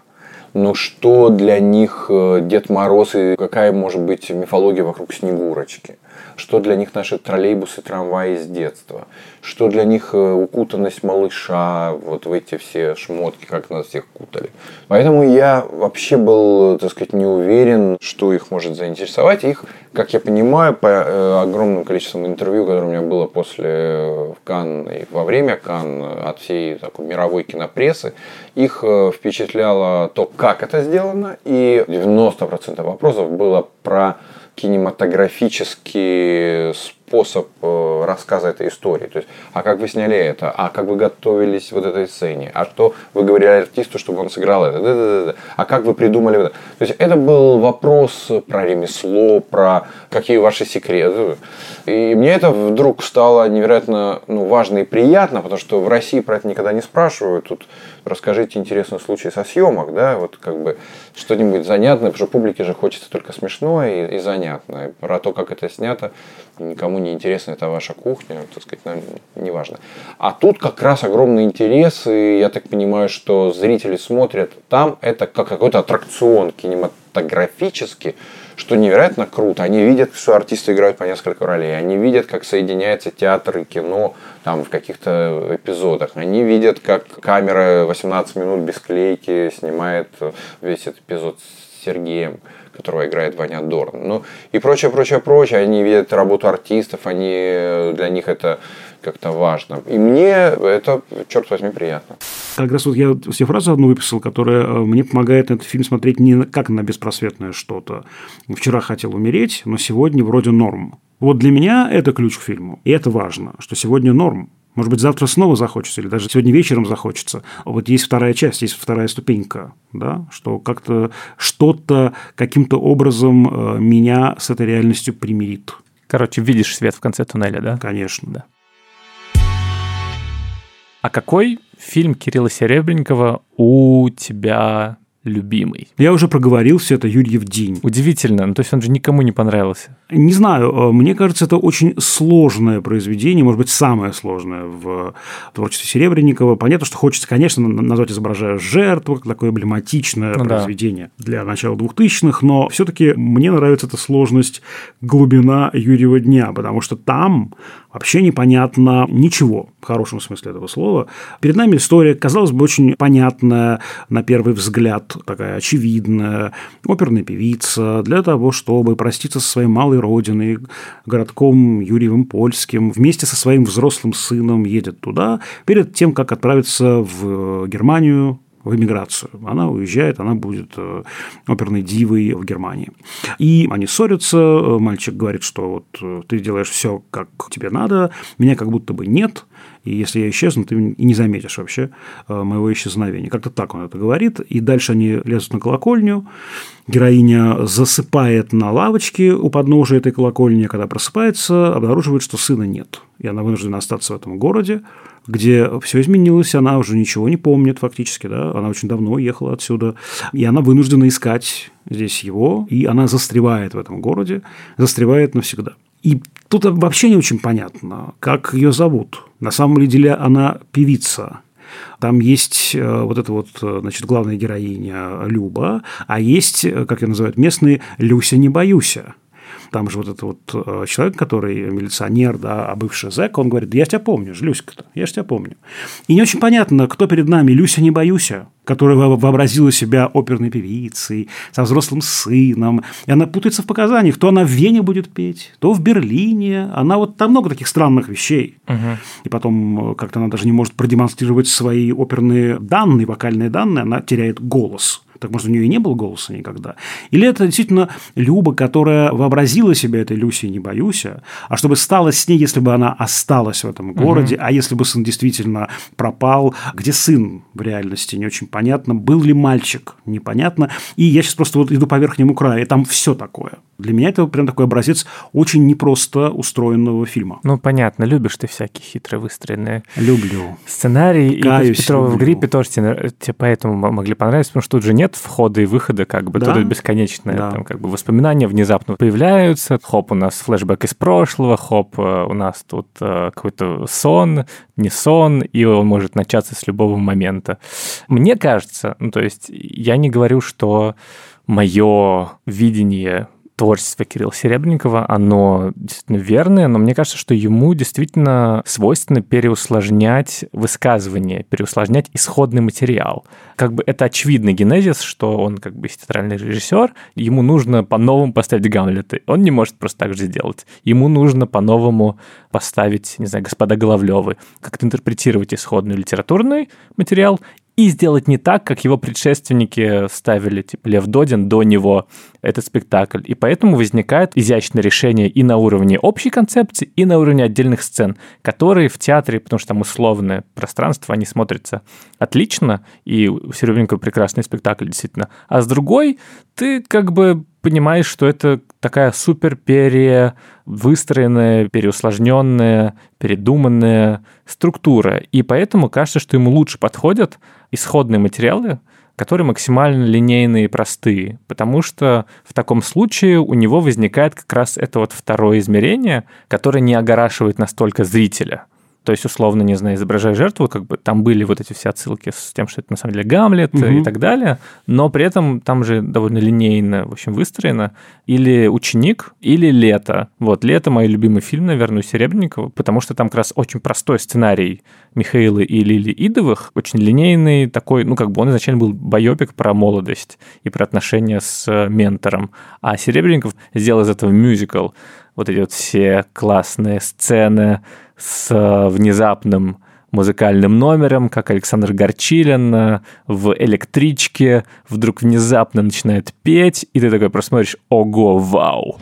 Что для них Дед Мороз и какая может быть мифология вокруг Снегурочки? Что для них наши троллейбусы, трамваи с детства? Что для них укутанность малыша, вот в эти все шмотки, как нас всех кутали? Поэтому я вообще был, так сказать, не уверен, что их может заинтересовать. Их, как я понимаю, по огромному количеству интервью, которое у меня было после Канн и во время Канн от всей такой мировой кинопрессы, их впечатляло то, как это сделано, и 90% вопросов было про кинематографический способ рассказа этой истории. То есть, а как вы сняли это? А как вы готовились вот этой сцене? А что вы говорили артисту, чтобы он сыграл это? А как вы придумали это? То есть, это был вопрос про ремесло, про какие ваши секреты. И мне это вдруг стало невероятно важно и приятно, потому что в России про это никогда не спрашивают. Тут расскажите интересный случай со съемок, да, вот что-нибудь занятное, потому что публике же хочется только смешное и занятное. И про то, как это снято, никому не интересно, это ваша кухня, так сказать, не важно. А тут как раз огромный интерес, и я так понимаю, что зрители смотрят там, это как какой-то аттракцион кинематографический, что невероятно круто. Они видят, что артисты играют по несколько ролей. Они видят, как соединяется театр и кино там, в каких-то эпизодах. Они видят, как камера 18 минут без клейки снимает весь этот эпизод с Сергеем, которого играет Ваня Дорн. Ну и прочее. Они видят работу артистов, для них это как-то важно. И мне это, черт возьми, приятно. Как раз вот я себе фразу одну выписал, которая мне помогает этот фильм смотреть не как на беспросветное что-то. Вчера хотел умереть, но сегодня вроде норм. Вот для меня это ключ к фильму. И это важно, что сегодня норм. Может быть, завтра снова захочется, или даже сегодня вечером захочется. Вот есть вторая часть, есть вторая ступенька, да, что как-то что-то каким-то образом меня с этой реальностью примирит. Короче, видишь свет в конце туннеля, да? Конечно. Да. А какой фильм Кирилла Серебренникова у тебя любимый? Я уже проговорил все это, Юрьев день. Удивительно, ну, то есть он же никому не понравился. Не знаю, мне кажется, это очень сложное произведение, может быть, самое сложное в творчестве Серебренникова. Понятно, что хочется, конечно, назвать «Изображая жертву», как такое эмблематичное произведение для начала 2000-х, но все-таки мне нравится эта сложность, глубина Юрьева дня, потому что там вообще непонятно ничего, в хорошем смысле этого слова. Перед нами история, казалось бы, очень понятная, на первый взгляд, такая очевидная. Оперная певица для того, чтобы проститься со своей малой родиной, городком Юрьевым Польским, вместе со своим взрослым сыном едет туда, перед тем, как отправиться в Германию, в эмиграцию. Она уезжает, она будет оперной дивой в Германии. И они ссорятся, мальчик говорит, что вот ты делаешь все, как тебе надо, меня как будто бы нет, и если я исчезну, ты и не заметишь вообще моего исчезновения. Как-то так он это говорит. И дальше они лезут на колокольню. Героиня засыпает на лавочке у подножия этой колокольни, когда просыпается, обнаруживает, что сына нет. И она вынуждена остаться в этом городе, где все изменилось, она уже ничего не помнит фактически, да? Она очень давно уехала отсюда, и она вынуждена искать здесь его, и она застревает в этом городе, застревает навсегда. И тут вообще не очень понятно, как ее зовут. На самом деле она певица. Там есть вот эта вот, значит, главная героиня Люба, а есть, как ее называют местные, Люся не боюся. Там же вот этот вот человек, который милиционер, да, а бывший зэк, он говорит: я ж тебя помню, Люська-то, я ж тебя помню. И не очень понятно, кто перед нами, Люся не боюся, которая вообразила себя оперной певицей, со взрослым сыном. И она путается в показаниях. То она в Вене будет петь, то в Берлине. Она вот там много таких странных вещей. Угу. И потом как-то она даже не может продемонстрировать свои оперные данные, вокальные данные. Она теряет голос. Так, может, у нее и не было голоса никогда? Или это действительно Люба, которая вообразила себя этой Люсей не боюся, а чтобы стало с ней, если бы она осталась в этом городе, а если бы сын действительно пропал, где сын в реальности, не очень понятно, был ли мальчик, непонятно. И я сейчас просто вот иду по верхнему краю, и там все такое. Для меня это прям такой образец очень непросто устроенного фильма. Ну, понятно, любишь ты всякие хитро выстроенные люблю сценарии. И Петрова в гриппе тоже тебе поэтому могли понравиться, потому что тут же нет входа и выхода, как бы, да? Тут бесконечное, там, как бы, воспоминания внезапно появляются, хоп, у нас флешбэк из прошлого, хоп, у нас тут какой-то сон, не сон, и он может начаться с любого момента. Мне кажется, ну, то есть я не говорю, что мое видение творчество Кирилла Серебренникова, оно действительно верное, но мне кажется, что ему действительно свойственно переусложнять высказывание, переусложнять исходный материал. Как бы это очевидный генезис, что он как бы театральный режиссер, ему нужно по-новому поставить Гамлета. Он не может просто так же сделать. Ему нужно по-новому поставить, не знаю, господа Головлёвы, как-то интерпретировать исходный литературный материал и сделать не так, как его предшественники ставили, типа Лев Додин до него, этот спектакль. И поэтому возникает изящное решение и на уровне общей концепции, и на уровне отдельных сцен, которые в театре, потому что там условное пространство, они смотрятся отлично, и у Серебренникова прекрасный спектакль, действительно. А с другой, ты как бы понимаешь, что это такая супер перевыстроенная, переусложненная, передуманная структура. И поэтому кажется, что ему лучше подходят исходные материалы, которые максимально линейные и простые, потому что в таком случае у него возникает как раз это вот второе измерение, которое не огорашивает настолько зрителя. То есть, условно, не знаю, «Изображая жертву», как бы там были вот эти все отсылки с тем, что это на самом деле Гамлет и так далее, но при этом там же довольно линейно, в общем, выстроено. Или «Ученик», или «Лето». Вот «Лето» — мой любимый фильм, наверное, у Серебренникова, потому что там как раз очень простой сценарий Михаила и Лили Идовых, очень линейный такой, ну, как бы он изначально был байопик про молодость и про отношения с ментором, а Серебренников сделал из этого мюзикл. Вот эти вот все классные сцены с внезапным музыкальным номером, как Александр Горчилин в электричке вдруг внезапно начинает петь, и ты такой просто смотришь: ого, вау.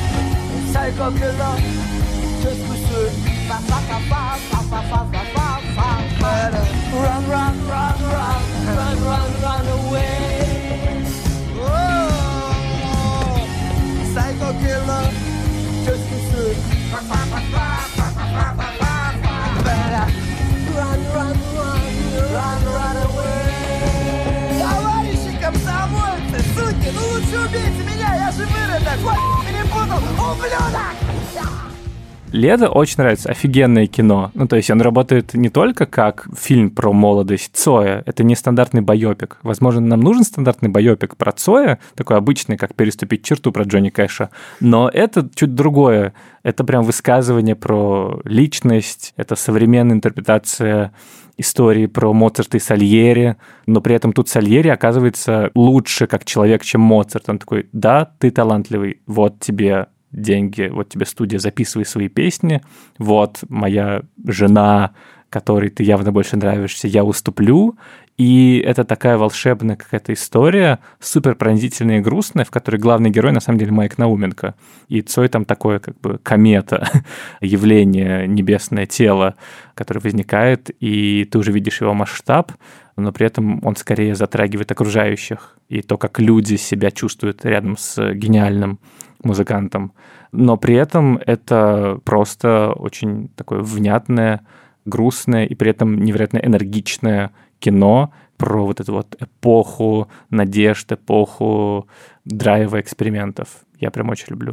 Товарищи комсомольцы, суки, ну лучше убейте меня, я же выродок, вот перепутал, ублюдок! «Лето» очень нравится, офигенное кино. Ну, то есть он работает не только как фильм про молодость Цоя, это не стандартный байопик. Возможно, нам нужен стандартный байопик про Цоя, такой обычный, как «Переступить черту» про Джонни Кэша, но это чуть другое. Это прям высказывание про личность, это современная интерпретация истории про Моцарта и Сальери, но при этом тут Сальери оказывается лучше как человек, чем Моцарт. Он такой: да, ты талантливый, вот тебе деньги, вот тебе студия, записывай свои песни, вот моя жена, которой ты явно больше нравишься, я уступлю. И это такая волшебная какая-то история, супер пронзительная и грустная, в которой главный герой на самом деле Майк Науменко. И Цой там такое как бы комета, явление, небесное тело, которое возникает, и ты уже видишь его масштаб, но при этом он скорее затрагивает окружающих и то, как люди себя чувствуют рядом с гениальным музыкантом. Но при этом это просто очень такое внятное, грустное и при этом невероятно энергичное кино про вот эту вот эпоху надежд, эпоху драйва, экспериментов. Я прям очень люблю.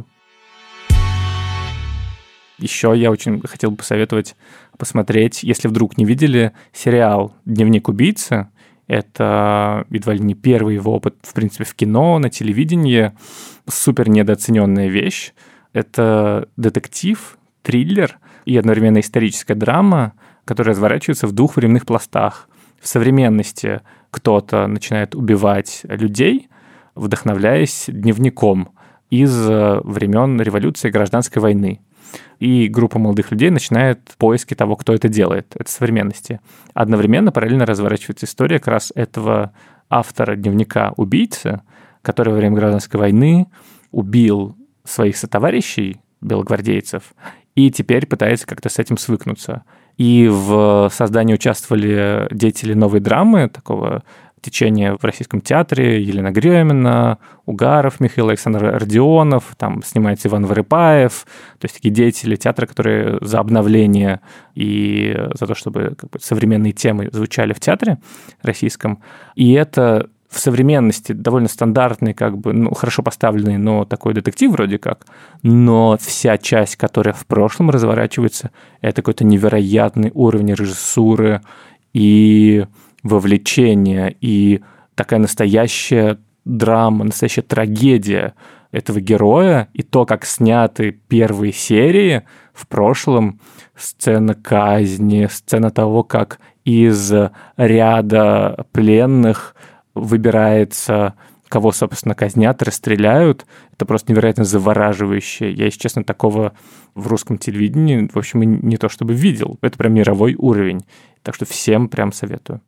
Еще я очень хотел бы посоветовать посмотреть, если вдруг не видели, сериал «Дневник убийцы». Это едва ли не первый его опыт, в принципе, в кино, на телевидении. Супер недооцененная вещь. Это детектив, триллер и одновременно историческая драма, которая разворачивается в двух временных пластах. В современности кто-то начинает убивать людей, вдохновляясь дневником из времен революции и гражданской войны. И группа молодых людей начинает поиски того, кто это делает. Это современности. Одновременно параллельно разворачивается история как раз этого автора дневника убийцы, который во время гражданской войны убил своих сотоварищей, белогвардейцев, и теперь пытается как-то с этим свыкнуться. И в создании участвовали деятели новой драмы, такого течения в Российском театре: Елена Гремина, Угаров, Михаил Александр Родионов, там снимается Иван Вырыпаев, то есть такие деятели театра, которые за обновление и за то, чтобы как бы современные темы звучали в театре российском. И это в современности довольно стандартный, как бы, ну, хорошо поставленный, но такой детектив вроде как, но вся часть, которая в прошлом разворачивается, это какой-то невероятный уровень режиссуры и вовлечения, и такая настоящая драма, настоящая трагедия этого героя, и то, как сняты первые серии в прошлом, сцена казни, сцена того, как из ряда пленных выбирается, кого, собственно, казнят, расстреляют. Это просто невероятно завораживающе. Я, если честно, такого в русском телевидении, в общем, и не то чтобы видел. Это прям мировой уровень. Так что всем прям советую.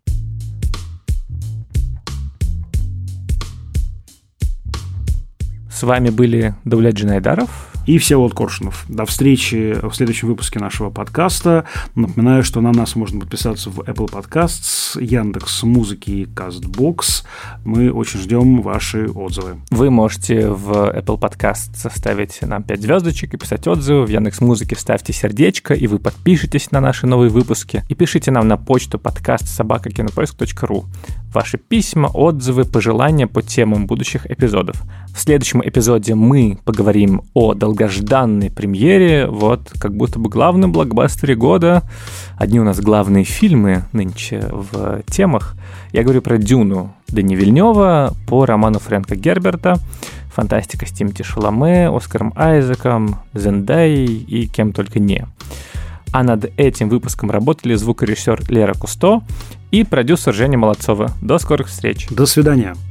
С вами были Давлет Джинайдаров и Всеволод Коршунов. До встречи в следующем выпуске нашего подкаста. Напоминаю, что на нас можно подписаться в Apple Podcasts, Яндекс.Музыки и Castbox. Мы очень ждем ваши отзывы. Вы можете в Apple Podcasts ставить нам 5 звездочек и писать отзывы. В Яндекс.Музыке ставьте сердечко, и вы подпишитесь на наши новые выпуски. И пишите нам на почту podcast@kinopoisk.ru ваши письма, отзывы, пожелания по темам будущих эпизодов. В следующем эпизоде мы поговорим о долгосрочном долгожданной премьере, вот как будто бы главном блокбастере года. Одни у нас главные фильмы нынче в темах. Я говорю про «Дюну» Дени Вильнёва по роману Фрэнка Герберта. Фантастика с Тимоти Шаломе, Оскаром Айзеком, Зендайей и кем только не. А над этим выпуском работали звукорежиссер Лера Кусто и продюсер Женя Молодцова. До скорых встреч. До свидания.